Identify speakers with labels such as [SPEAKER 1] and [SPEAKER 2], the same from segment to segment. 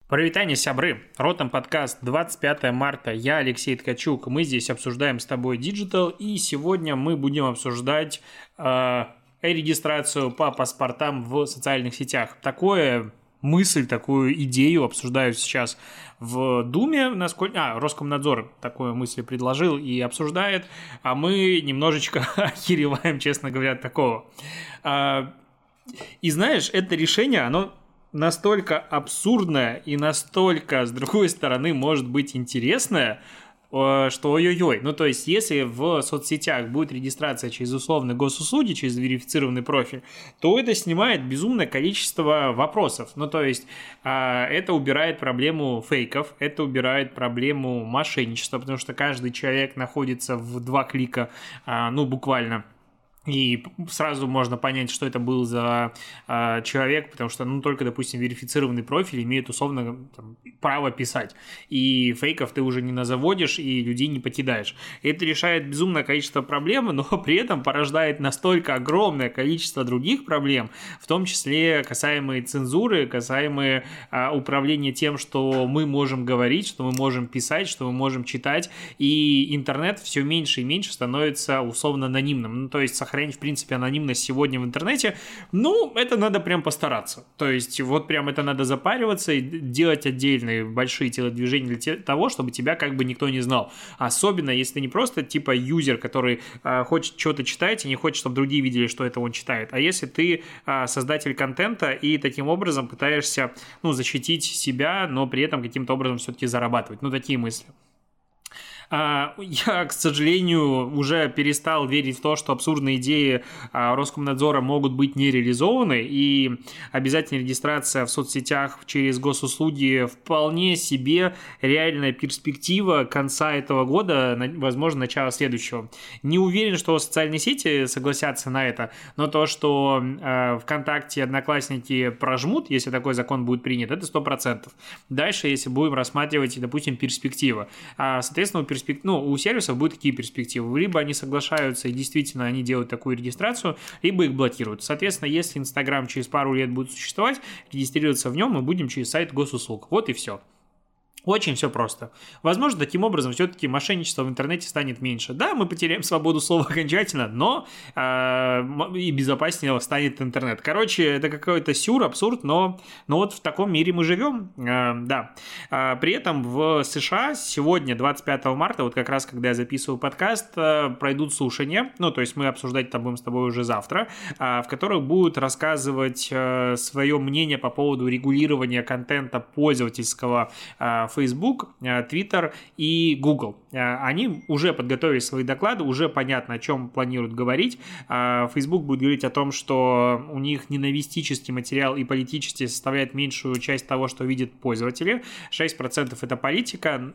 [SPEAKER 1] Привет, сябры! Ротом подкаст 25 марта. Я Алексей Ткачук. Мы здесь обсуждаем с тобой диджитал. И сегодня мы будем обсуждать регистрацию по паспортам в социальных сетях. Такую идею обсуждают сейчас в Думе. Роскомнадзор такую мысль предложил и обсуждает. А мы немножечко охереваем, честно говоря, от такого. И знаешь, это решение, оно настолько абсурдное и настолько, с другой стороны, может быть интересное, что ой-ой-ой. Ну, то есть, если в соцсетях будет регистрация через условные госуслуги, через верифицированный профиль, то это снимает безумное количество вопросов. Ну, то есть, это убирает проблему фейков, это убирает проблему мошенничества, потому что каждый человек находится в 2 клика, буквально. И сразу можно понять, что это был за человек, потому что, только, допустим, верифицированный профиль имеет условно право писать. И фейков ты уже не назаводишь, и людей не покидаешь. Это решает безумное количество проблем, но при этом порождает настолько огромное количество других проблем, в том числе касаемые цензуры, касаемые управления тем, что мы можем говорить, что мы можем писать, что мы можем читать. И интернет все меньше и меньше становится условно анонимным. Ну, то есть сохранять, в принципе, анонимность сегодня в интернете, это надо прям постараться. То есть вот прям это надо запариваться и делать отдельные большие телодвижения для того, чтобы тебя как бы никто не знал. Особенно, если ты не просто типа юзер, который хочет что-то читать и не хочет, чтобы другие видели, что это он читает, а если ты создатель контента и таким образом пытаешься, защитить себя, но при этом каким-то образом все-таки зарабатывать. Такие мысли. Я, к сожалению, уже перестал верить в то, что абсурдные идеи Роскомнадзора могут быть не реализованы, и обязательная регистрация в соцсетях через госуслуги вполне себе реальная перспектива конца этого года, возможно, начала следующего. Не уверен, что социальные сети согласятся на это, но то, что ВКонтакте и Одноклассники прожмут, если такой закон будет принят, это 100%. Дальше, если будем рассматривать, допустим, перспективы. Соответственно, у сервисов будут такие перспективы. Либо они соглашаются и действительно они делают такую регистрацию, либо их блокируют. Соответственно, если Инстаграм через пару лет будет существовать, регистрироваться в нем мы будем через сайт госуслуг. Вот и все. Очень все просто. Возможно, таким образом все-таки мошенничество в интернете станет меньше. Да, мы потеряем свободу слова окончательно, но и безопаснее станет интернет. Короче, это какой-то абсурд, но вот в таком мире мы живем. Да. При этом в США сегодня, 25 марта, вот как раз когда я записываю подкаст, пройдут слушания, то есть мы обсуждать там будем с тобой уже завтра, в которых будут рассказывать свое мнение по поводу регулирования контента пользовательского Facebook, Twitter и Google. Они уже подготовили свои доклады, уже понятно, о чем планируют говорить. Facebook будет говорить о том, что у них ненавистический материал и политический составляет меньшую часть того, что видят пользователи. 6% это политика,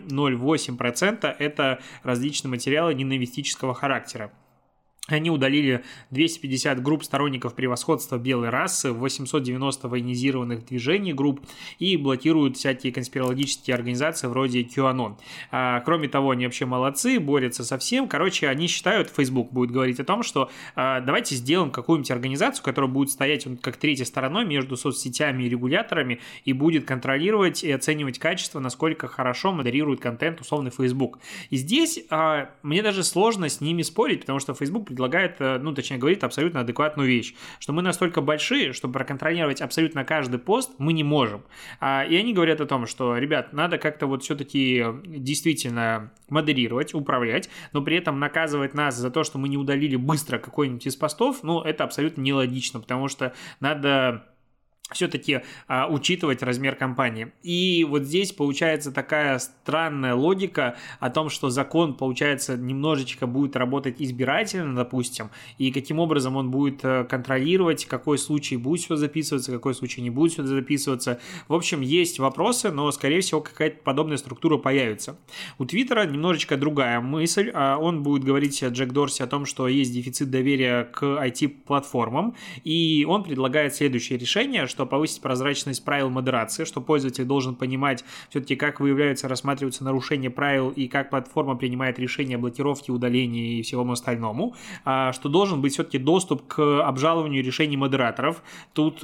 [SPEAKER 1] 0,08% это различные материалы ненавистического характера. Они удалили 250 групп сторонников превосходства белой расы, 890 военизированных движений групп и блокируют всякие конспирологические организации вроде QAnon. Кроме того, они вообще молодцы, борются со всем. Короче, они считают, Facebook будет говорить о том, что давайте сделаем какую-нибудь организацию, которая будет стоять как третьей стороной между соцсетями и регуляторами и будет контролировать и оценивать качество, насколько хорошо модерирует контент условный Facebook. И здесь мне даже сложно с ними спорить, потому что Facebook предлагает, говорит абсолютно адекватную вещь, что мы настолько большие, чтобы проконтролировать абсолютно каждый пост мы не можем. И они говорят о том, что, ребят, надо как-то вот все-таки действительно модерировать, управлять, но при этом наказывать нас за то, что мы не удалили быстро какой-нибудь из постов, это абсолютно нелогично, потому что надо все-таки учитывать размер компании. И вот здесь получается такая странная логика о том, что закон, получается, немножечко будет работать избирательно, допустим, и каким образом он будет контролировать, какой случай будет сюда записываться, какой случай не будет сюда записываться. В общем, есть вопросы, но, скорее всего, какая-то подобная структура появится. У Твиттера немножечко другая мысль. Он будет говорить, Джек Дорси, о том, что есть дефицит доверия к IT-платформам, и он предлагает следующее решение, что повысить прозрачность правил модерации, что пользователь должен понимать все-таки, как выявляются, рассматриваются нарушения правил и как платформа принимает решения о блокировке, удалении и всему остальному, что должен быть все-таки доступ к обжалованию решений модераторов. Тут,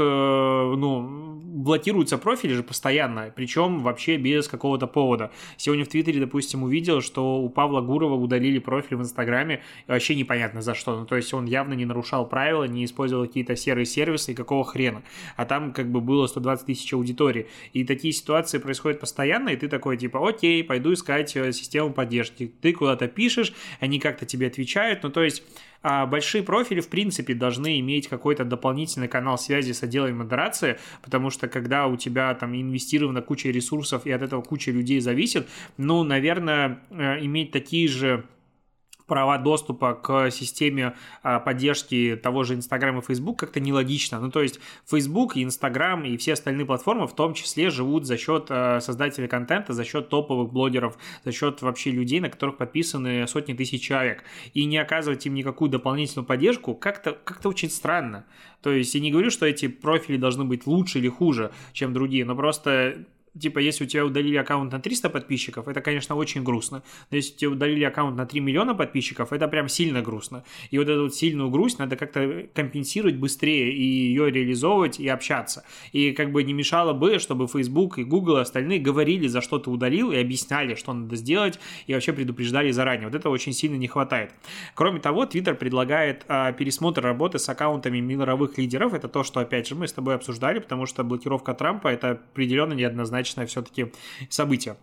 [SPEAKER 1] блокируются профили же постоянно, причем вообще без какого-то повода. Сегодня в Твиттере, допустим, увидел, что у Павла Гурова удалили профиль в Инстаграме, вообще непонятно за что. Ну, то есть он явно не нарушал правила, не использовал какие-то серые сервисы, и какого хрена. А там как бы было 120 тысяч аудитории. И такие ситуации происходят постоянно, и ты такой типа, окей, пойду искать систему поддержки. Ты куда-то пишешь, они как-то тебе отвечают. Ну, то есть большие профили, в принципе, должны иметь какой-то дополнительный канал связи с отделом модерации, потому что когда у тебя там инвестирована куча ресурсов и от этого куча людей зависит, наверное, иметь такие же права доступа к системе поддержки того же Инстаграма и Фейсбук как-то нелогично. Ну, то есть Фейсбук и Инстаграм и все остальные платформы в том числе живут за счет создателей контента, за счет топовых блогеров, за счет вообще людей, на которых подписаны сотни тысяч человек. И не оказывать им никакую дополнительную поддержку как-то очень странно. То есть я не говорю, что эти профили должны быть лучше или хуже, чем другие, но просто... Типа, если у тебя удалили аккаунт на 300 подписчиков, это, конечно, очень грустно. Но если у тебя удалили аккаунт на 3 миллиона подписчиков, это прям сильно грустно. И вот эту вот сильную грусть надо как-то компенсировать быстрее и ее реализовывать и общаться. И как бы не мешало бы, чтобы Facebook и Google и остальные говорили, за что ты удалил, и объясняли, что надо сделать, и вообще предупреждали заранее. Вот этого очень сильно не хватает. Кроме того, Twitter предлагает пересмотр работы с аккаунтами мировых лидеров. Это то, что, опять же, мы с тобой обсуждали, потому что блокировка Трампа – это определенно неоднозначно все-таки событие.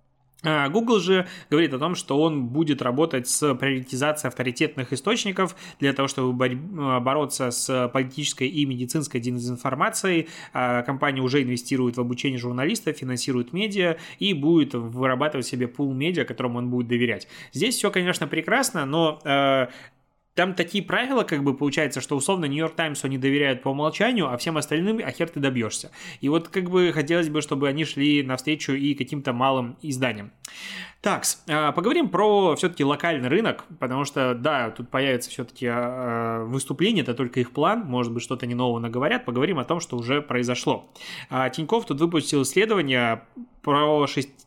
[SPEAKER 1] Google же говорит о том, что он будет работать с приоритизацией авторитетных источников для того, чтобы бороться с политической и медицинской дезинформацией. Компания уже инвестирует в обучение журналистов, финансирует медиа и будет вырабатывать себе пул медиа, которому он будет доверять. Здесь все, конечно, прекрасно, но... Там такие правила, как бы, получается, что условно Нью-Йорк Таймсу они доверяют по умолчанию, а всем остальным, хер ты добьешься. И вот как бы хотелось бы, чтобы они шли навстречу и каким-то малым изданиям. Так, поговорим про все-таки локальный рынок, потому что, да, тут появится все-таки выступление, это только их план, может быть, что-то не нового наговорят, поговорим о том, что уже произошло. Тинькофф тут выпустил исследование про 600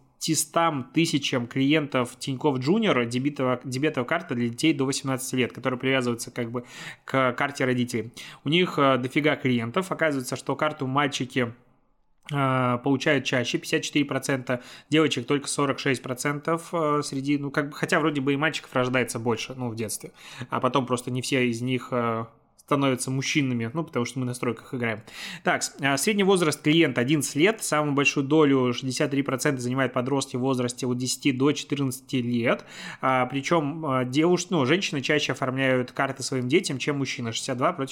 [SPEAKER 1] тысячам клиентов Тинькофф Junior дебетовая карта для детей до 18 лет, которая привязывается как бы к карте родителей. У них дофига клиентов. Оказывается, что карту мальчики получают чаще, 54%, девочек только 46% среди, хотя вроде бы и мальчиков рождается больше, в детстве, а потом просто не все из них становятся мужчинами, потому что мы на стройках играем. Так, средний возраст клиента 11 лет, самую большую долю, 63%, занимает подростки в возрасте от 10 до 14 лет, причем женщины чаще оформляют карты своим детям, чем мужчины, 62 против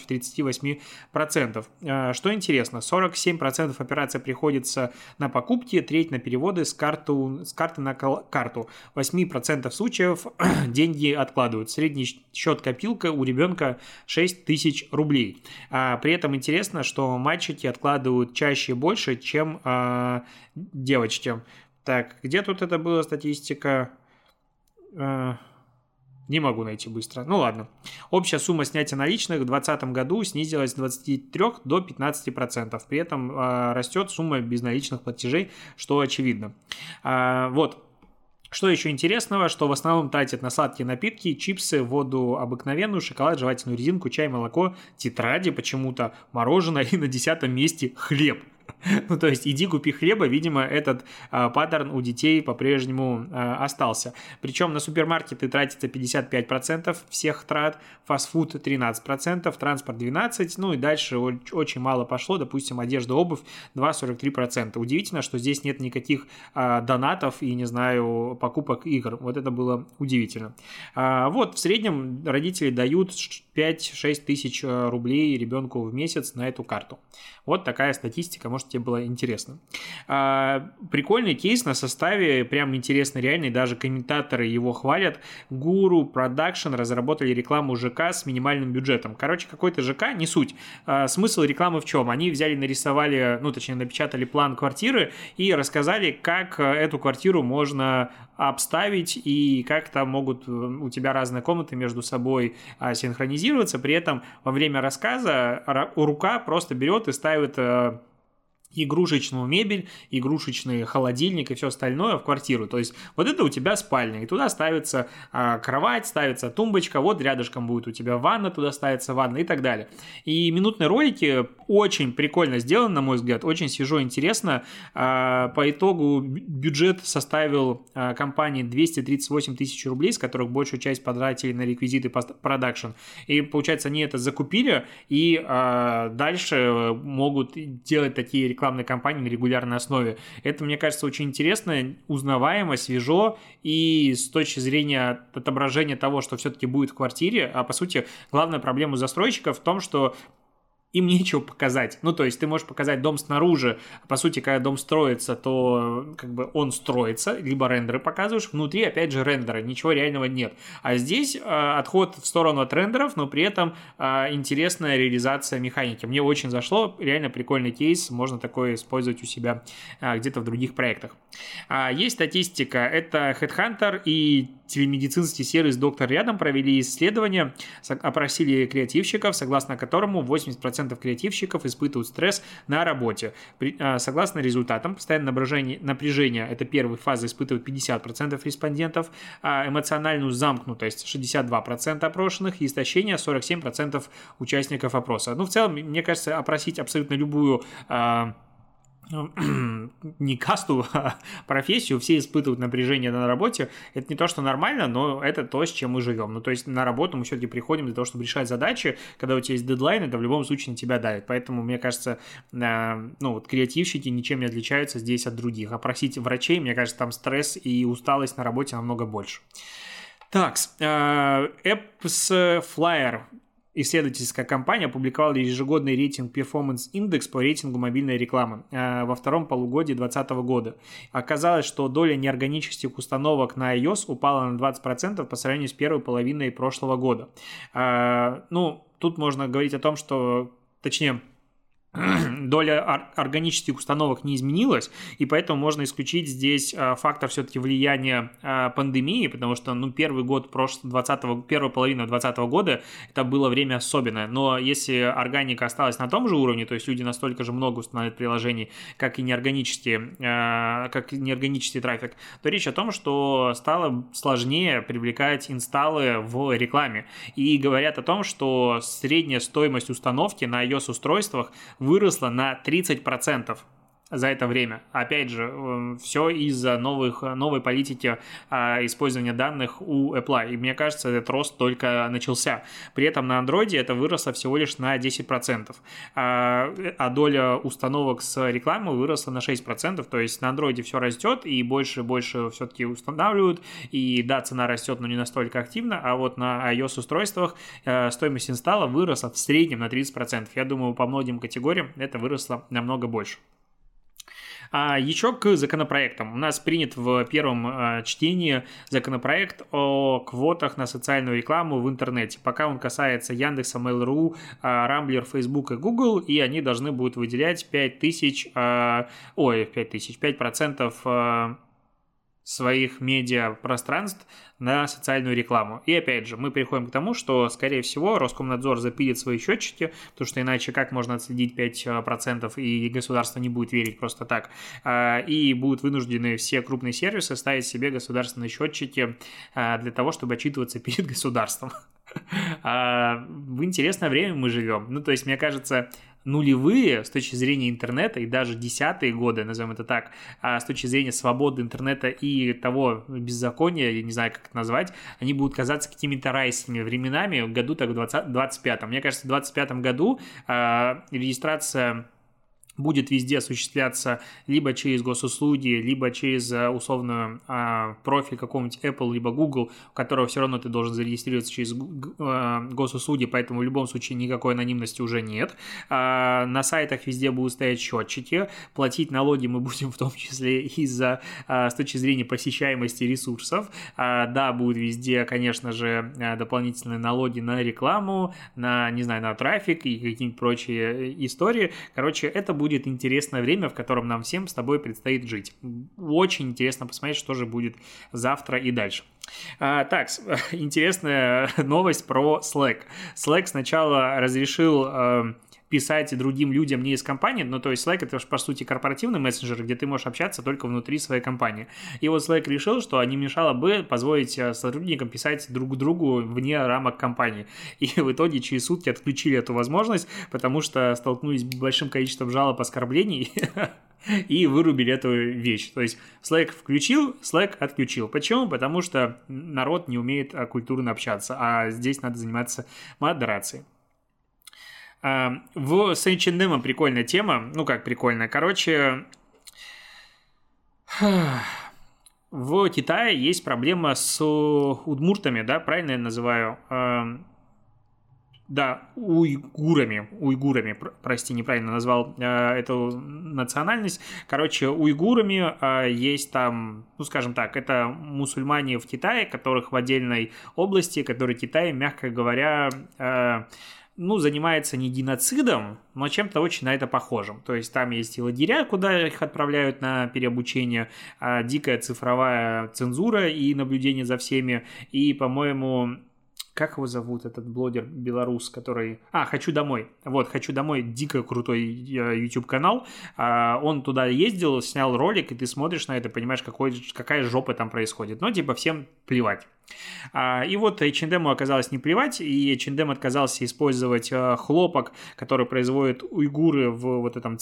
[SPEAKER 1] 38%. Что интересно, 47% операций приходится на покупки, треть на переводы с карты на карту, 8% случаев деньги откладывают, средний счет-копилка у ребенка 6 тысяч рублей. При этом интересно, что мальчики откладывают чаще и больше, чем девочки. Так, где тут это была статистика? Не могу найти быстро. Ладно. Общая сумма снятия наличных в 2020 году снизилась с 23 до 15%. При этом растет сумма безналичных платежей, что очевидно. Вот. Что еще интересного, что в основном тратят на сладкие напитки, чипсы, воду обыкновенную, шоколад, жевательную резинку, чай, молоко, тетради почему-то, мороженое и на 10-м месте хлеб. То есть иди купи хлеба, видимо, этот паттерн у детей по-прежнему остался. Причем на супермаркеты тратится 55% всех трат, фастфуд 13%, транспорт 12%, и дальше очень мало пошло, допустим, одежда, обувь 2,43%. Удивительно, что здесь нет никаких донатов и, не знаю, покупок игр. Вот это было удивительно. Вот, в среднем родители дают 5-6 тысяч рублей ребенку в месяц на эту карту. Вот такая статистика, может, тебе было интересно. Прикольный кейс на составе, прям интересно, реальный, даже комментаторы его хвалят. Guru Production разработали рекламу ЖК с минимальным бюджетом. Короче, какой-то ЖК, не суть. Смысл рекламы в чем? Они взяли, нарисовали, точнее, напечатали план квартиры и рассказали, как эту квартиру можно обставить и как там могут у тебя разные комнаты между собой синхронизироваться. При этом во время рассказа рука просто берет и ставит игрушечную мебель, игрушечный холодильник и все остальное в квартиру. То есть вот это у тебя спальня, и туда ставится кровать, ставится тумбочка, вот рядышком будет у тебя ванна, туда ставится ванна и так далее. И минутные ролики очень прикольно сделаны, на мой взгляд, очень свежо, интересно. По итогу бюджет составил компании 238 тысяч рублей, с которых большую часть потратили на реквизиты продакшн. И получается, они это закупили и дальше могут делать такие рекламные кампании на регулярной основе. Это, мне кажется, очень интересно, узнаваемо, свежо, и с точки зрения отображения того, что все-таки будет в квартире, а по сути, главная проблема застройщиков в том, что им нечего показать. Ну, то есть ты можешь показать дом снаружи, а по сути, когда дом строится, то как бы он строится, либо рендеры показываешь, внутри, опять же, рендеры, ничего реального нет. А здесь отход в сторону от рендеров, но при этом интересная реализация механики. Мне очень зашло, реально прикольный кейс, можно такое использовать у себя где-то в других проектах. Есть статистика, это Headhunter и телемедицинский сервис «Доктор Рядом» провели исследование, опросили креативщиков, согласно которому 80% креативщиков испытывают стресс на работе. Согласно результатам, постоянное напряжение – это первая фаза, испытывают 50% респондентов, а эмоциональную замкнутость – 62% опрошенных и истощение – 47% участников опроса. Ну, в целом, мне кажется, опросить абсолютно любую не касту, а профессию, все испытывают напряжение на работе. Это не то, что нормально, но это то, с чем мы живем. Ну, то есть на работу мы все-таки приходим для того, чтобы решать задачи. Когда у тебя есть дедлайн, это в любом случае на тебя давит. Поэтому, мне кажется, вот креативщики ничем не отличаются здесь от других. Опросить врачей, мне кажется, там стресс и усталость на работе намного больше. Так, AppsFlyer. Исследовательская компания опубликовала ежегодный рейтинг Performance Index по рейтингу мобильной рекламы во втором полугодии 2020 года. Оказалось, что доля неорганических установок на iOS упала на 20% по сравнению с первой половиной прошлого года. Тут можно говорить о том, что, точнее, доля органических установок не изменилась, и поэтому можно исключить здесь фактор все-таки влияния пандемии, потому что, первый год первая половина 2020 года это было время особенное, но если органика осталась на том же уровне, то есть люди настолько же много устанавливают приложений, как и неорганический трафик, то речь о том, что стало сложнее привлекать инсталлы в рекламе, и говорят о том, что средняя стоимость установки на iOS-устройствах выросла на 30% за это время. Опять же, все из-за новой политики использования данных у Apple. И мне кажется, этот рост только начался. При этом на Android это выросло всего лишь на 10%. А доля установок с рекламой выросла на 6%. То есть на Android все растет, и больше и больше все-таки устанавливают. И да, цена растет, но не настолько активно. А вот на iOS-устройствах стоимость инсталла выросла в среднем на 30%. Я думаю, по многим категориям это выросло намного больше. Еще к законопроектам. У нас принят в первом чтении законопроект о квотах на социальную рекламу в интернете. Пока он касается Яндекса, Mail.ru, Рамблер, Facebook и Google, и они должны будут выделять 5% своих медиапространств на социальную рекламу. И опять же, мы переходим к тому, что, скорее всего, Роскомнадзор запилит свои счетчики, потому что иначе как можно отследить 5%, и государство не будет верить просто так. И будут вынуждены все крупные сервисы ставить себе государственные счетчики для того, чтобы отчитываться перед государством. В интересное время мы живем. То есть, мне кажется, нулевые с точки зрения интернета и даже десятые годы, назовем это так, с точки зрения свободы интернета и того беззакония, я не знаю, как это назвать, они будут казаться какими-то райскими временами в году так в 25-м. Мне кажется, в 25-м году регистрация будет везде осуществляться либо через госуслуги, либо через условную профиль какого-нибудь Apple, либо Google, у которого все равно ты должен зарегистрироваться через госуслуги, поэтому в любом случае никакой анонимности уже нет. На сайтах везде будут стоять счетчики, платить налоги мы будем в том числе с точки зрения посещаемости ресурсов. Да, будут везде, конечно же, дополнительные налоги на рекламу, на трафик и какие-нибудь прочие истории. Короче, это будет интересное время, в котором нам всем с тобой предстоит жить. Очень интересно посмотреть, что же будет завтра и дальше. Так, интересная новость про Slack. Slack сначала разрешил писать другим людям не из компании, ну, то есть Slack — это, по сути, корпоративный мессенджер, где ты можешь общаться только внутри своей компании. И вот Slack решил, что не мешало бы позволить сотрудникам писать друг другу вне рамок компании. И в итоге через сутки отключили эту возможность, потому что столкнулись с большим количеством жалоб, оскорблений, и вырубили эту вещь. То есть Slack включил, Slack отключил. Почему? Потому что народ не умеет культурно общаться, а здесь надо заниматься модерацией. С H&M прикольная тема. Ну, как прикольная. Короче, в Китае есть проблема с удмуртами, да, правильно я называю? Да, уйгурами, прости, неправильно назвал эту национальность. Короче, уйгурами есть там, ну, скажем так, это мусульмане в Китае, которых в отдельной области, которые Китай, мягко говоря, занимается не геноцидом, но чем-то очень на это похожим. То есть там есть и лагеря, куда их отправляют на переобучение, дикая цифровая цензура и наблюдение за всеми, и, по-моему... Как его зовут, этот блогер белорус, который... «Хочу домой». Вот, «Хочу домой» — дико крутой YouTube-канал. Он туда ездил, снял ролик, и ты смотришь на это, понимаешь, какая жопа там происходит. Ну, типа, всем плевать. И вот H&M оказалось не плевать, и H&M отказался использовать хлопок, который производят уйгуры в вот этом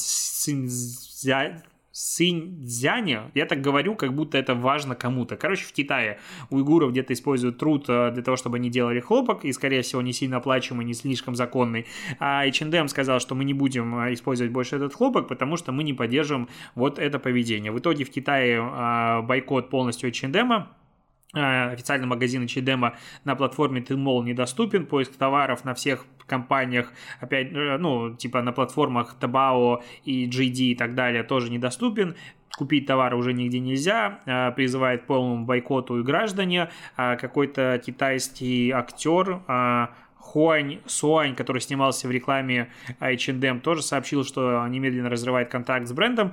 [SPEAKER 1] Синьцзяне, я так говорю, как будто это важно кому-то. Короче, в Китае уйгуров где-то используют труд для того, чтобы они делали хлопок, и, скорее всего, не сильно оплачиваемый, не слишком законный. А H&M сказал, что мы не будем использовать больше этот хлопок, потому что мы не поддерживаем вот это поведение. В итоге в Китае бойкот полностью H&M. Официальный магазин H&M на платформе Tmall недоступен, поиск товаров на всех компаниях, опять, типа на платформах Taobao и JD и так далее тоже недоступен. Купить товары уже нигде нельзя, призывает к полному бойкоту и граждане. Какой-то китайский актер Хуань Суань, который снимался в рекламе H&M, тоже сообщил, что немедленно разрывает контакт с брендом,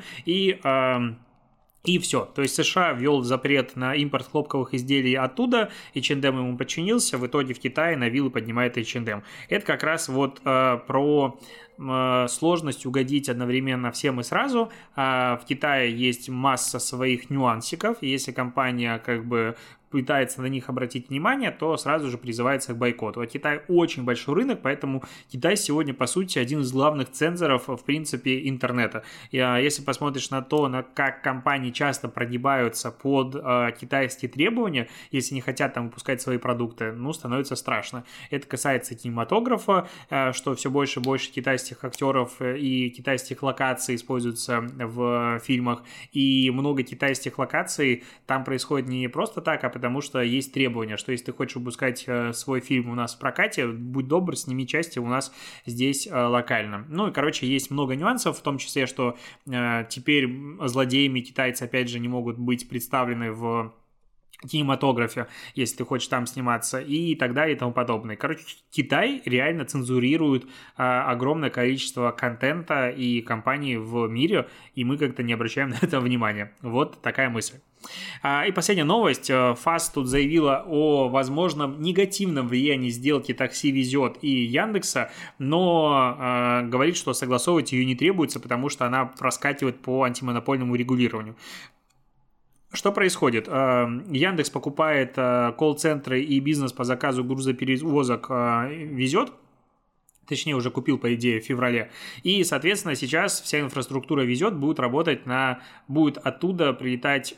[SPEAKER 1] и все. То есть США ввел запрет на импорт хлопковых изделий оттуда, H&M ему подчинился, в итоге в Китае на вилы поднимает H&M. Это как раз вот про сложность угодить одновременно всем и сразу. В Китае есть масса своих нюансиков, и если компания как бы пытается на них обратить внимание, то сразу же призывается к бойкоту. А Китай очень большой рынок, поэтому Китай сегодня, по сути, один из главных цензоров, в принципе, интернета. И если посмотришь на то, как компании часто прогибаются под китайские требования, если не хотят там выпускать свои продукты, становится страшно. Это касается кинематографа, что все больше и больше китайских актеров и китайских локаций используются в фильмах, и много китайских локаций там происходит не просто так, а потому что есть требования, что если ты хочешь выпускать свой фильм у нас в прокате, будь добр, сними части у нас здесь локально. Есть много нюансов, в том числе, что теперь злодеями китайцы, опять же, не могут быть представлены в кинематографе, если ты хочешь там сниматься, и так далее, и тому подобное. Китай реально цензурирует огромное количество контента и компаний в мире, и мы как-то не обращаем на это внимания. Вот такая мысль. И последняя новость. ФАС тут заявила о возможном негативном влиянии сделки «Такси везет» и Яндекса, но говорит, что согласовывать ее не требуется, потому что она проскакивает по антимонопольному регулированию. Что происходит? Яндекс покупает колл-центры и бизнес по заказу грузоперевозок везет, точнее, уже купил, по идее, в феврале. И, соответственно, сейчас вся инфраструктура везет, будет работать будет оттуда прилетать,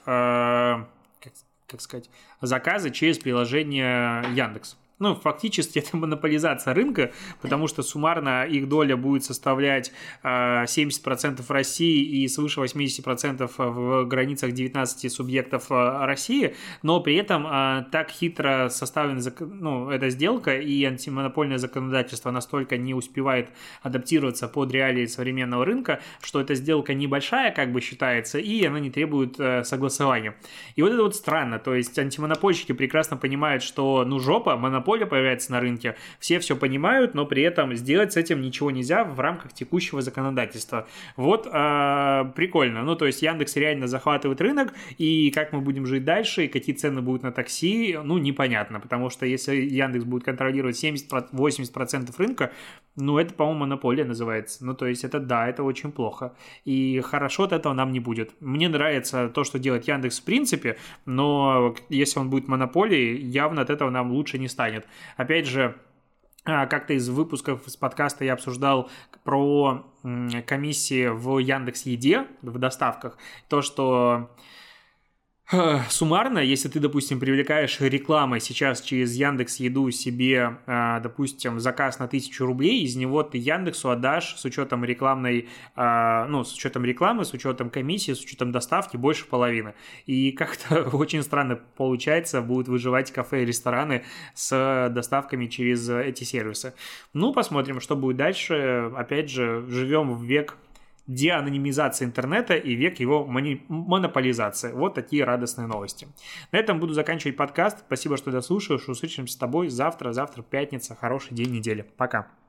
[SPEAKER 1] заказы через приложение Яндекс. Фактически это монополизация рынка, потому что суммарно их доля будет составлять 70% в России и свыше 80% в границах 19 субъектов России, но при этом так хитро составлена эта сделка, и антимонопольное законодательство настолько не успевает адаптироваться под реалии современного рынка, что эта сделка небольшая, как бы считается, и она не требует согласования. И вот это вот странно, то есть антимонопольщики прекрасно понимают, что жопа, монополия появляется на рынке, все понимают, но при этом сделать с этим ничего нельзя в рамках текущего законодательства. Вот прикольно. То есть Яндекс реально захватывает рынок, и как мы будем жить дальше, и какие цены будут на такси, непонятно, потому что если Яндекс будет контролировать 70-80% рынка, ну, это, по-моему, монополия называется. Ну, то есть это, да, это очень плохо. И хорошо от этого нам не будет. Мне нравится то, что делает Яндекс в принципе, но если он будет монополией, явно от этого нам лучше не станет. Опять же, как-то из выпусков с подкаста я обсуждал про комиссии в Яндекс.Еде, в доставках. То, что суммарно, если ты, допустим, привлекаешь рекламой сейчас через Яндекс.Еду себе, допустим, заказ на 1000 рублей, из него ты Яндексу отдашь с учетом рекламной, с учетом рекламы, с учетом комиссии, с учетом доставки больше половины. И как-то очень странно получается, будут выживать кафе и рестораны с доставками через эти сервисы. Ну, посмотрим, что будет дальше. Опять же, живем в век деанонимизация интернета и век его монополизации. Вот такие радостные новости. На этом буду заканчивать подкаст. Спасибо, что дослушаешь. Услышимся с тобой завтра. Завтра пятница. Хороший день недели. Пока.